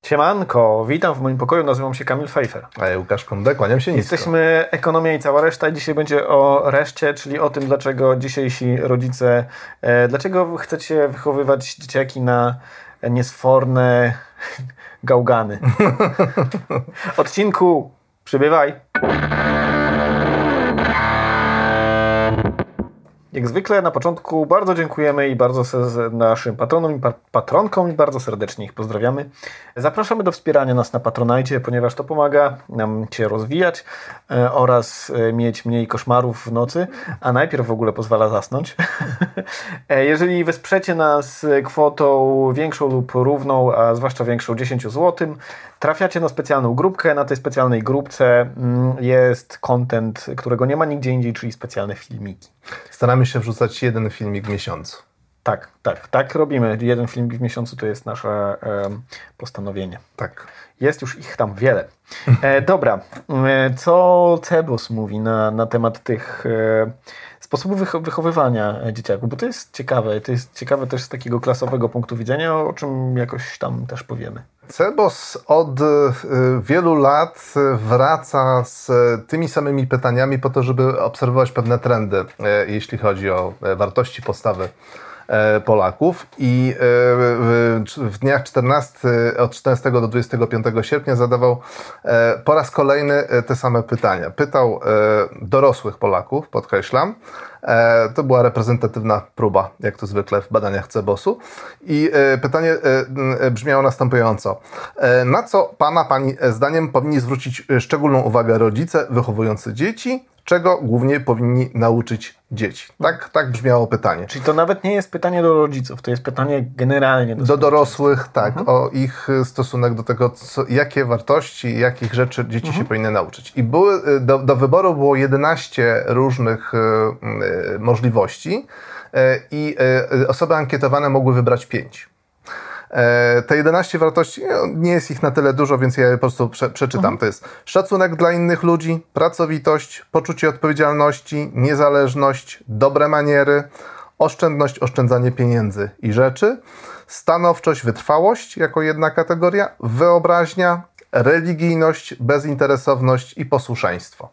Siemanko, witam w moim pokoju, nazywam się Kamil Fejfer. A ja Łukasz Konde, kłaniam się nisko. Jesteśmy Ekonomia i cała reszta i dzisiaj będzie o reszcie, czyli o tym, dlaczego dzisiejsi rodzice, dlaczego chcecie wychowywać dzieciaki na niesforne gałgany. Odcinku, przybywaj! Jak zwykle na początku bardzo dziękujemy i bardzo naszym patronom i patronkom i bardzo serdecznie ich pozdrawiamy. Zapraszamy do wspierania nas na Patronite, ponieważ to pomaga nam się rozwijać oraz mieć mniej koszmarów w nocy, a najpierw w ogóle pozwala zasnąć. Jeżeli wesprzecie nas kwotą większą lub równą, a zwłaszcza większą 10 zł, trafiacie na specjalną grupkę. Na tej specjalnej grupce jest content, którego nie ma nigdzie indziej, czyli specjalne filmiki. Staramy się wrzucać jeden filmik w miesiącu. Tak robimy. Jeden filmik w miesiącu to jest nasze postanowienie. Tak. Jest już ich tam wiele. Dobra, co Cebos mówi na temat tych sposobów wychowywania dzieciaków? Bo to jest ciekawe. To jest ciekawe też z takiego klasowego punktu widzenia, o czym jakoś tam też powiemy. Cebos od wielu lat wraca z tymi samymi pytaniami po to, żeby obserwować pewne trendy, jeśli chodzi o wartości, postawy Polaków i w dniach od 14 do 25 sierpnia zadawał po raz kolejny te same pytania. Pytał dorosłych Polaków, podkreślam. To była reprezentatywna próba, jak to zwykle w badaniach Cebosu. I pytanie brzmiało następująco. Na co pani zdaniem powinni zwrócić szczególną uwagę rodzice wychowujący dzieci? Czego głównie powinni nauczyć dzieci? Tak brzmiało pytanie. Czyli to nawet nie jest pytanie do rodziców, to jest pytanie generalnie do dorosłych, tak, o ich stosunek do tego, jakie wartości, jakich rzeczy dzieci się powinny nauczyć. I do wyboru było 11 różnych możliwości i osoby ankietowane mogły wybrać 5. Te 11 wartości, nie jest ich na tyle dużo, więc ja je po prostu przeczytam. To jest szacunek dla innych ludzi, pracowitość, poczucie odpowiedzialności, niezależność, dobre maniery, oszczędność, oszczędzanie pieniędzy i rzeczy, stanowczość, wytrwałość jako jedna kategoria, wyobraźnia, religijność, bezinteresowność i posłuszeństwo.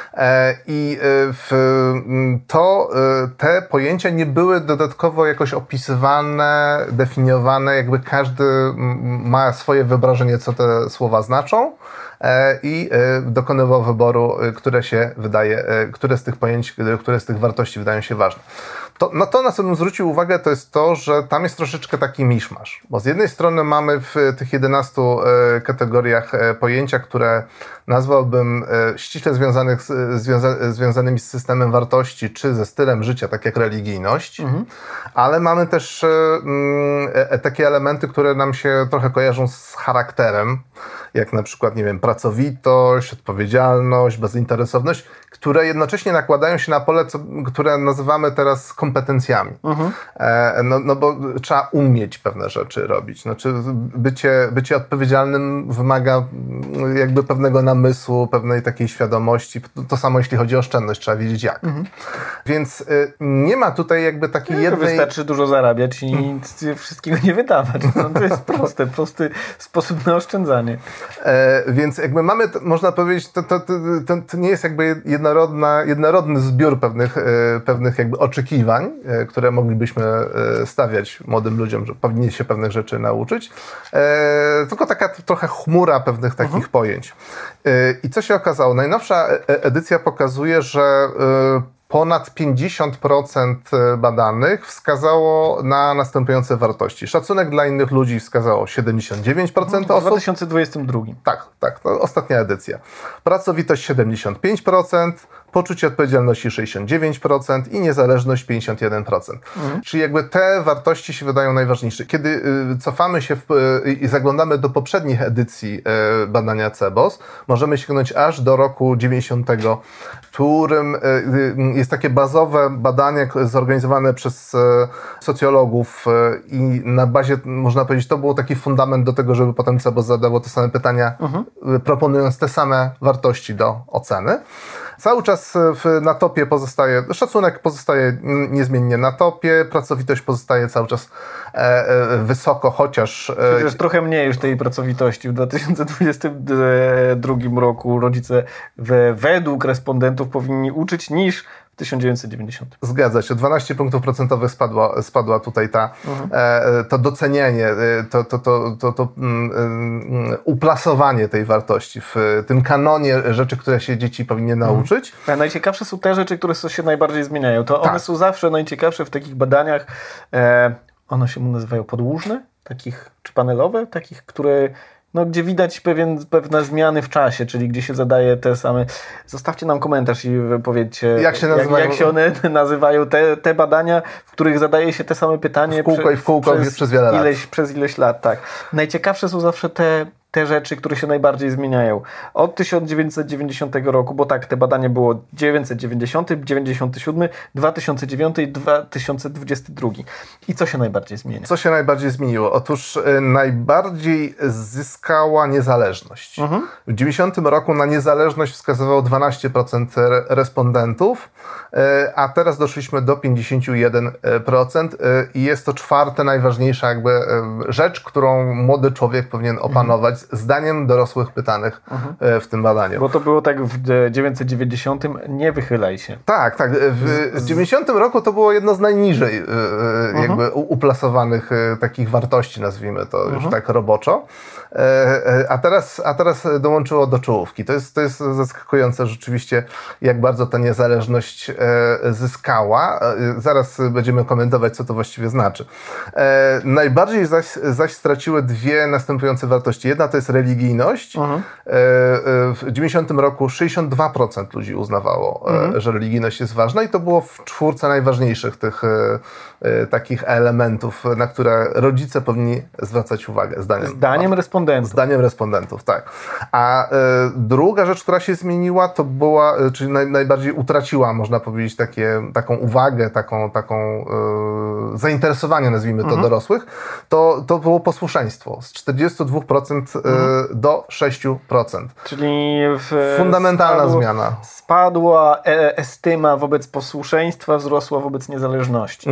Te pojęcia nie były dodatkowo jakoś opisywane, definiowane, jakby każdy ma swoje wyobrażenie, co te słowa znaczą i dokonywał wyboru, które z tych pojęć, które z tych wartości wydają się ważne. Na co bym zwrócił uwagę, to jest to, że tam jest troszeczkę taki miszmasz. Bo z jednej strony mamy w tych 11 kategoriach pojęcia, które nazwałbym ściśle związanymi z systemem wartości, czy ze stylem życia, tak jak religijność, ale mamy też takie elementy, które nam się trochę kojarzą z charakterem, jak na przykład, nie wiem, pracowitość, odpowiedzialność, bezinteresowność, które jednocześnie nakładają się na pole, które nazywamy teraz kompetencjami. Bo trzeba umieć pewne rzeczy robić. Znaczy bycie odpowiedzialnym wymaga jakby pewnego namysłu, pewnej takiej świadomości. To samo jeśli chodzi o oszczędność, trzeba wiedzieć jak. Więc nie ma tutaj jakby takiej jednej... Wystarczy dużo zarabiać i nic wszystkiego nie wydawać. To jest prosty sposób na oszczędzanie. Więc jakby mamy, można powiedzieć, to nie jest jakby jednorodny zbiór pewnych jakby oczekiwań, które moglibyśmy stawiać młodym ludziom, że powinni się pewnych rzeczy nauczyć, tylko taka trochę chmura pewnych takich pojęć. I co się okazało? Najnowsza edycja pokazuje, że ponad 50% badanych wskazało na następujące wartości. Szacunek dla innych ludzi wskazało 79% osób. W 2022. Tak, to ostatnia edycja. Pracowitość 75%, poczucie odpowiedzialności 69% i niezależność 51%. Czyli jakby te wartości się wydają najważniejsze. Kiedy cofamy się i zaglądamy do poprzednich edycji badania Cebos, możemy sięgnąć aż do roku 90, w którym jest takie bazowe badanie zorganizowane przez socjologów i na bazie, można powiedzieć, to był taki fundament do tego, żeby potem Cebos zadało te same pytania, proponując te same wartości do oceny. Cały czas na topie pozostaje, szacunek pozostaje niezmiennie na topie, pracowitość pozostaje cały czas wysoko, chociaż... Przecież trochę mniej już tej pracowitości. W 2022 roku rodzice według respondentów powinni uczyć niż w 1990. Zgadza się. 12 punktów procentowych spadła tutaj to docenienie, to uplasowanie tej wartości w tym kanonie rzeczy, które się dzieci powinny nauczyć. A najciekawsze są te rzeczy, które się najbardziej zmieniają. To one są zawsze najciekawsze w takich badaniach. One się nazywają podłużne, takich, czy panelowe, takich, które... gdzie widać pewne zmiany w czasie, czyli gdzie się zadaje te same... Zostawcie nam komentarz i powiedzcie, jak się one nazywają, te badania, w których zadaje się te same pytanie w kółko przez wiele lat. Przez ileś lat, tak. Najciekawsze są zawsze te rzeczy, które się najbardziej zmieniają. Od 1990 roku, bo tak, te badanie było 990, 97, 2009 i 2022. I co się najbardziej zmienia? Co się najbardziej zmieniło? Otóż najbardziej zyskała niezależność. W 90 roku na niezależność wskazywało 12% respondentów, a teraz doszliśmy do 51% i jest to czwarte najważniejsza rzecz, którą młody człowiek powinien opanować, zdaniem dorosłych pytanych w tym badaniu. Bo to było tak w 1990, nie wychylaj się. Tak. W 90 roku to było jedno z najniżej uplasowanych takich wartości, nazwijmy to już tak roboczo. A teraz dołączyło do czołówki. To jest zaskakujące rzeczywiście, jak bardzo ta niezależność zyskała. Zaraz będziemy komentować, co to właściwie znaczy. Najbardziej zaś straciły dwie następujące wartości. Jedna to jest religijność. W 90 roku 62% ludzi uznawało, że religijność jest ważna i to było w czwórce najważniejszych tych takich elementów, na które rodzice powinni zwracać uwagę. Zdaniem respondentów, tak. A druga rzecz, która się zmieniła, to była, czyli najbardziej utraciła, można powiedzieć, taką uwagę, taką zainteresowanie, nazwijmy to, dorosłych, to było posłuszeństwo. Z 42% do 6%. Czyli fundamentalna zmiana. Spadła estyma wobec posłuszeństwa, wzrosła wobec niezależności.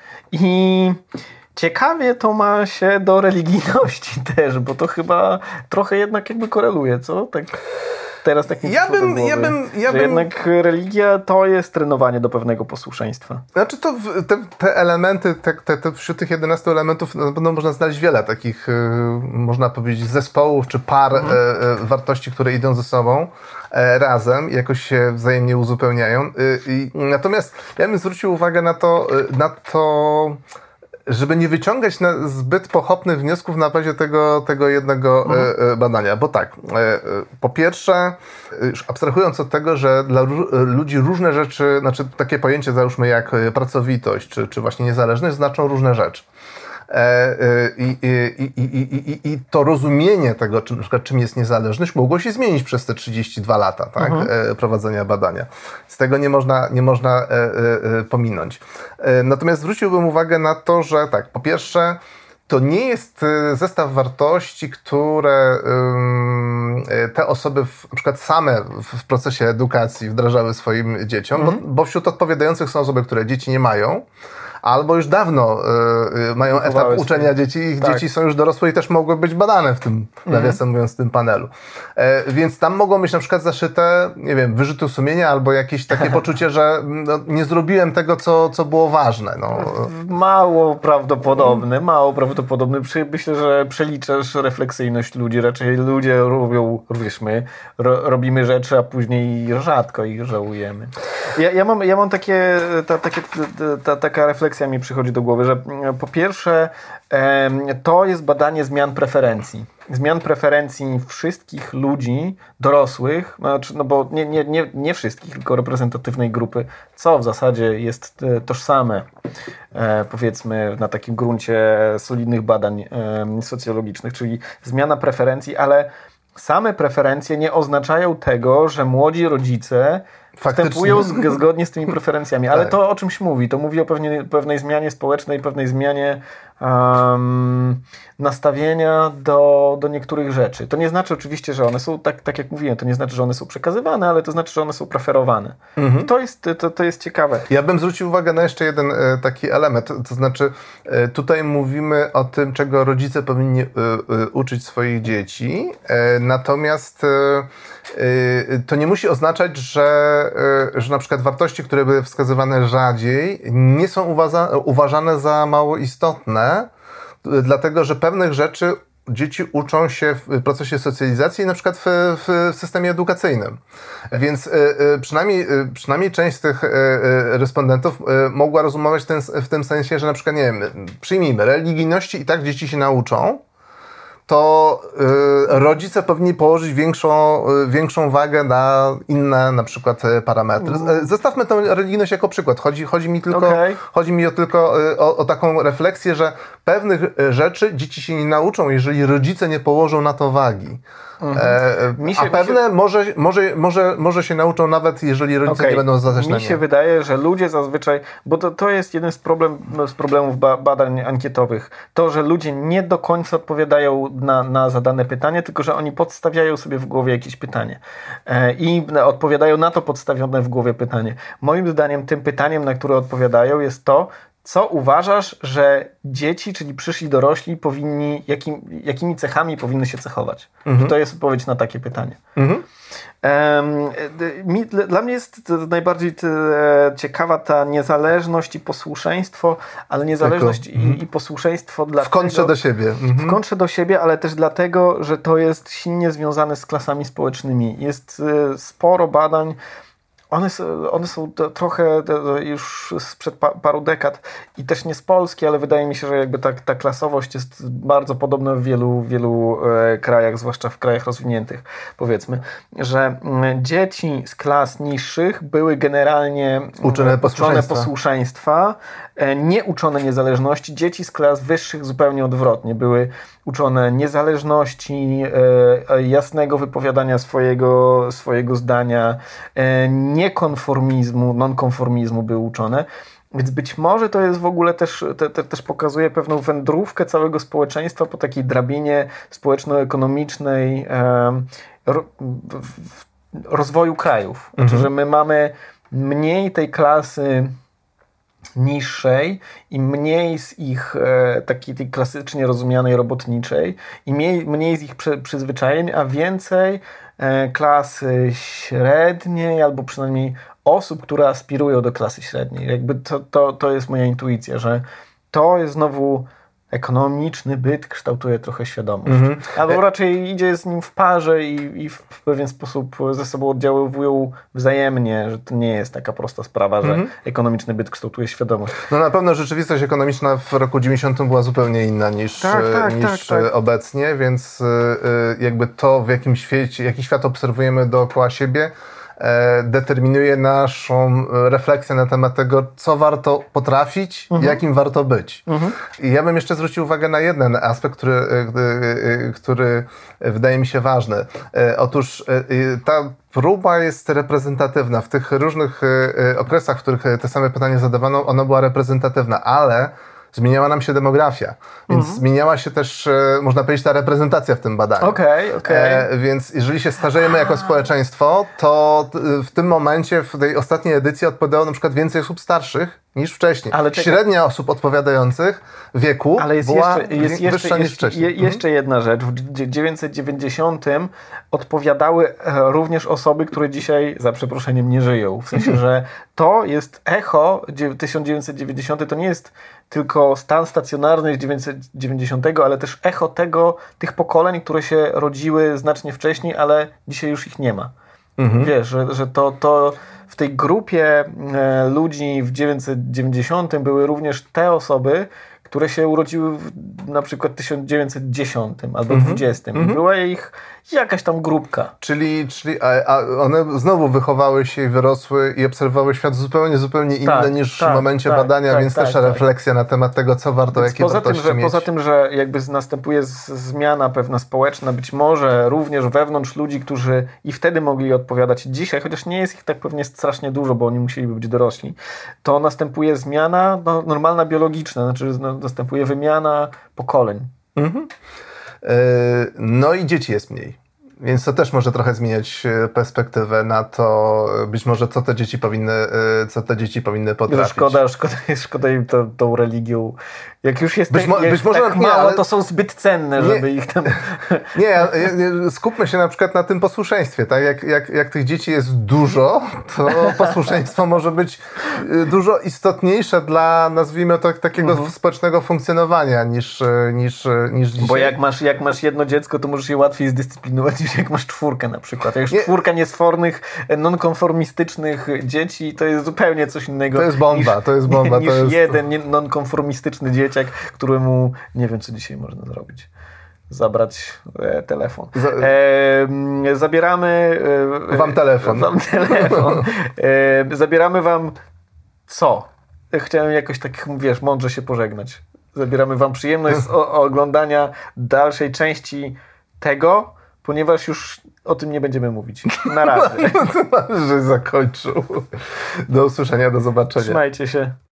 I ciekawie to ma się do religijności też, bo to chyba trochę jednak koreluje, co? Tak. Teraz tak nie jednak religia to jest trenowanie do pewnego posłuszeństwa. Znaczy to te elementy, wśród tych 11 elementów na pewno można znaleźć wiele takich, można powiedzieć, zespołów czy par wartości, które idą ze sobą razem i jakoś się wzajemnie uzupełniają. Natomiast ja bym zwrócił uwagę na to, żeby nie wyciągać zbyt pochopnych wniosków na bazie tego jednego badania. Bo tak, po pierwsze, już abstrahując od tego, że dla ludzi różne rzeczy, znaczy takie pojęcie załóżmy jak pracowitość, czy właśnie niezależność, znaczą różne rzeczy. I to rozumienie tego, na przykład czym jest niezależność, mogło się zmienić przez te 32 lata prowadzenia badania. Z tego nie można pominąć. Natomiast zwróciłbym uwagę na to, że tak, po pierwsze, to nie jest zestaw wartości, które te osoby na przykład same w procesie edukacji wdrażały swoim dzieciom, bo wśród odpowiadających są osoby, które dzieci nie mają, albo już dawno mają etap uczenia dzieci i ich dzieci są już dorosłe i też mogły być badane w tym, nawiasem mówiąc, w tym panelu. Więc tam mogą być na przykład zaszyte, nie wiem, wyrzuty sumienia albo jakieś takie poczucie, że nie zrobiłem tego, co było ważne. Mało prawdopodobne. Myślę, że przeliczasz refleksyjność ludzi. Raczej ludzie robią, również my, robimy rzeczy, a później rzadko ich żałujemy. Ja mam taka refleksja mi przychodzi do głowy, że po pierwsze to jest badanie zmian preferencji. Zmian preferencji wszystkich ludzi, dorosłych, bo nie wszystkich, tylko reprezentatywnej grupy, co w zasadzie jest tożsame, powiedzmy, na takim gruncie solidnych badań socjologicznych, czyli zmiana preferencji, ale same preferencje nie oznaczają tego, że młodzi rodzice wstępują zgodnie z tymi preferencjami. Ale to o czymś mówi. To mówi o pewnej zmianie społecznej, pewnej zmianie nastawienia do niektórych rzeczy. To nie znaczy oczywiście, że one są, tak jak mówiłem, to nie znaczy, że one są przekazywane, ale to znaczy, że one są preferowane. I to jest ciekawe. Ja bym zwrócił uwagę na jeszcze jeden taki element. To znaczy, tutaj mówimy o tym, czego rodzice powinni uczyć swoich dzieci. Natomiast to nie musi oznaczać, że na przykład wartości, które były wskazywane rzadziej, nie są uważane za mało istotne, dlatego że pewnych rzeczy dzieci uczą się w procesie socjalizacji, na przykład w systemie edukacyjnym. Więc przynajmniej część z tych respondentów mogła rozumować w tym sensie, że na przykład, nie wiem, przyjmijmy, religijności i tak dzieci się nauczą, to rodzice powinni położyć większą wagę na inne na przykład parametry. Zestawmy tę religijność jako przykład. Chodzi mi tylko o taką refleksję, że pewnych rzeczy dzieci się nie nauczą, jeżeli rodzice nie położą na to wagi. Pewne może się nauczą nawet, jeżeli rodzice nie będą zaznaczeni. Mi się wydaje, że ludzie zazwyczaj, bo to jest jeden z problemów badań ankietowych, to, że ludzie nie do końca odpowiadają na zadane pytanie, tylko że oni podstawiają sobie w głowie jakieś pytanie i odpowiadają na to podstawione w głowie pytanie. Moim zdaniem tym pytaniem, na które odpowiadają, jest to, co uważasz, że dzieci, czyli przyszli dorośli, powinni, jakimi cechami powinny się cechować? To jest odpowiedź na takie pytanie. Dla mnie jest najbardziej ciekawa ta niezależność i posłuszeństwo, ale niezależność i posłuszeństwo w kontrze do siebie. W kontrze do siebie, ale też dlatego, że to jest silnie związane z klasami społecznymi. Jest sporo badań. One są trochę już sprzed paru dekad i też nie z Polski, ale wydaje mi się, że jakby ta klasowość jest bardzo podobna w wielu krajach, zwłaszcza w krajach rozwiniętych, powiedzmy, że dzieci z klas niższych były generalnie uczone posłuszeństwa, nie uczone niezależności. Dzieci z klas wyższych zupełnie odwrotnie. Były uczone niezależności, jasnego wypowiadania swojego zdania, niekonformizmu, nonkonformizmu były uczone. Więc być może to jest w ogóle też pokazuje pewną wędrówkę całego społeczeństwa po takiej drabinie społeczno-ekonomicznej rozwoju krajów. Znaczy, że my mamy mniej tej klasy niższej i mniej z ich takiej tej klasycznie rozumianej robotniczej i mniej z ich przyzwyczajeń, a więcej klasy średniej albo przynajmniej osób, które aspirują do klasy średniej. Jakby to jest moja intuicja, że to jest znowu ekonomiczny byt kształtuje trochę świadomość. Albo raczej idzie z nim w parze i w pewien sposób ze sobą oddziaływują wzajemnie, że to nie jest taka prosta sprawa, że ekonomiczny byt kształtuje świadomość. No na pewno rzeczywistość ekonomiczna w roku 90 była zupełnie inna niż obecnie, więc jakby to, w jakim świecie, jaki świat obserwujemy dookoła siebie, determinuje naszą refleksję na temat tego, co warto potrafić, jakim warto być. I ja bym jeszcze zwrócił uwagę na jeden aspekt, który wydaje mi się ważny. Otóż ta próba jest reprezentatywna. W tych różnych okresach, w których te same pytania zadawano, ona była reprezentatywna, ale zmieniała nam się demografia, więc zmieniała się też, można powiedzieć, ta reprezentacja w tym badaniu. Więc jeżeli się starzejemy jako społeczeństwo, to w tym momencie, w tej ostatniej edycji odpowiadało na przykład więcej osób starszych niż wcześniej. Średnia osób odpowiadających wieku była wyższa niż wcześniej. Jeszcze jedna rzecz. W 990 odpowiadały również osoby, które dzisiaj, za przeproszeniem, nie żyją. W sensie, że to jest echo 1990, to nie jest tylko stan stacjonarny z 990, ale też echo tych pokoleń, które się rodziły znacznie wcześniej, ale dzisiaj już ich nie ma. Wiesz, że to w tej grupie ludzi w 990 były również te osoby, które się urodziły na przykład w 1910 albo 20. I była ich jakaś tam grupka. Czyli one znowu wychowały się i wyrosły i obserwowały świat zupełnie inny niż w momencie badania, więc też refleksja na temat tego, co warto, jakie wartości mieć. Poza tym, że jakby następuje zmiana pewna społeczna, być może również wewnątrz ludzi, którzy i wtedy mogli odpowiadać dzisiaj, chociaż nie jest ich tak pewnie strasznie dużo, bo oni musieliby być dorośli, to następuje zmiana normalna, biologiczna, znaczy następuje wymiana pokoleń. No i dzieci jest mniej. Więc to też może trochę zmieniać perspektywę na to, być może co te dzieci powinny potrafić. Szkoda im tą religią. Jak już jest być może tak mało, ale to są zbyt cenne, żeby ich tam... Skupmy się na przykład na tym posłuszeństwie. Tak? Jak tych dzieci jest dużo, to posłuszeństwo może być dużo istotniejsze dla, nazwijmy to, takiego społecznego funkcjonowania niż dzisiaj. Bo jak masz jedno dziecko, to możesz je łatwiej zdyscyplinować niż jak masz 4 na przykład. Jak już 4 niesfornych, nonkonformistycznych dzieci, to jest zupełnie coś innego. To jest bomba. Niż jeden nonkonformistyczny dzieciak, któremu nie wiem, co dzisiaj można zrobić. Zabrać telefon. Zabieramy wam telefon. Zabieramy wam co? Chciałem jakoś tak, mądrze się pożegnać. Zabieramy wam przyjemność z oglądania dalszej części tego, ponieważ już o tym nie będziemy mówić. Na razie. Że zakończył. Do usłyszenia, do zobaczenia. Trzymajcie się.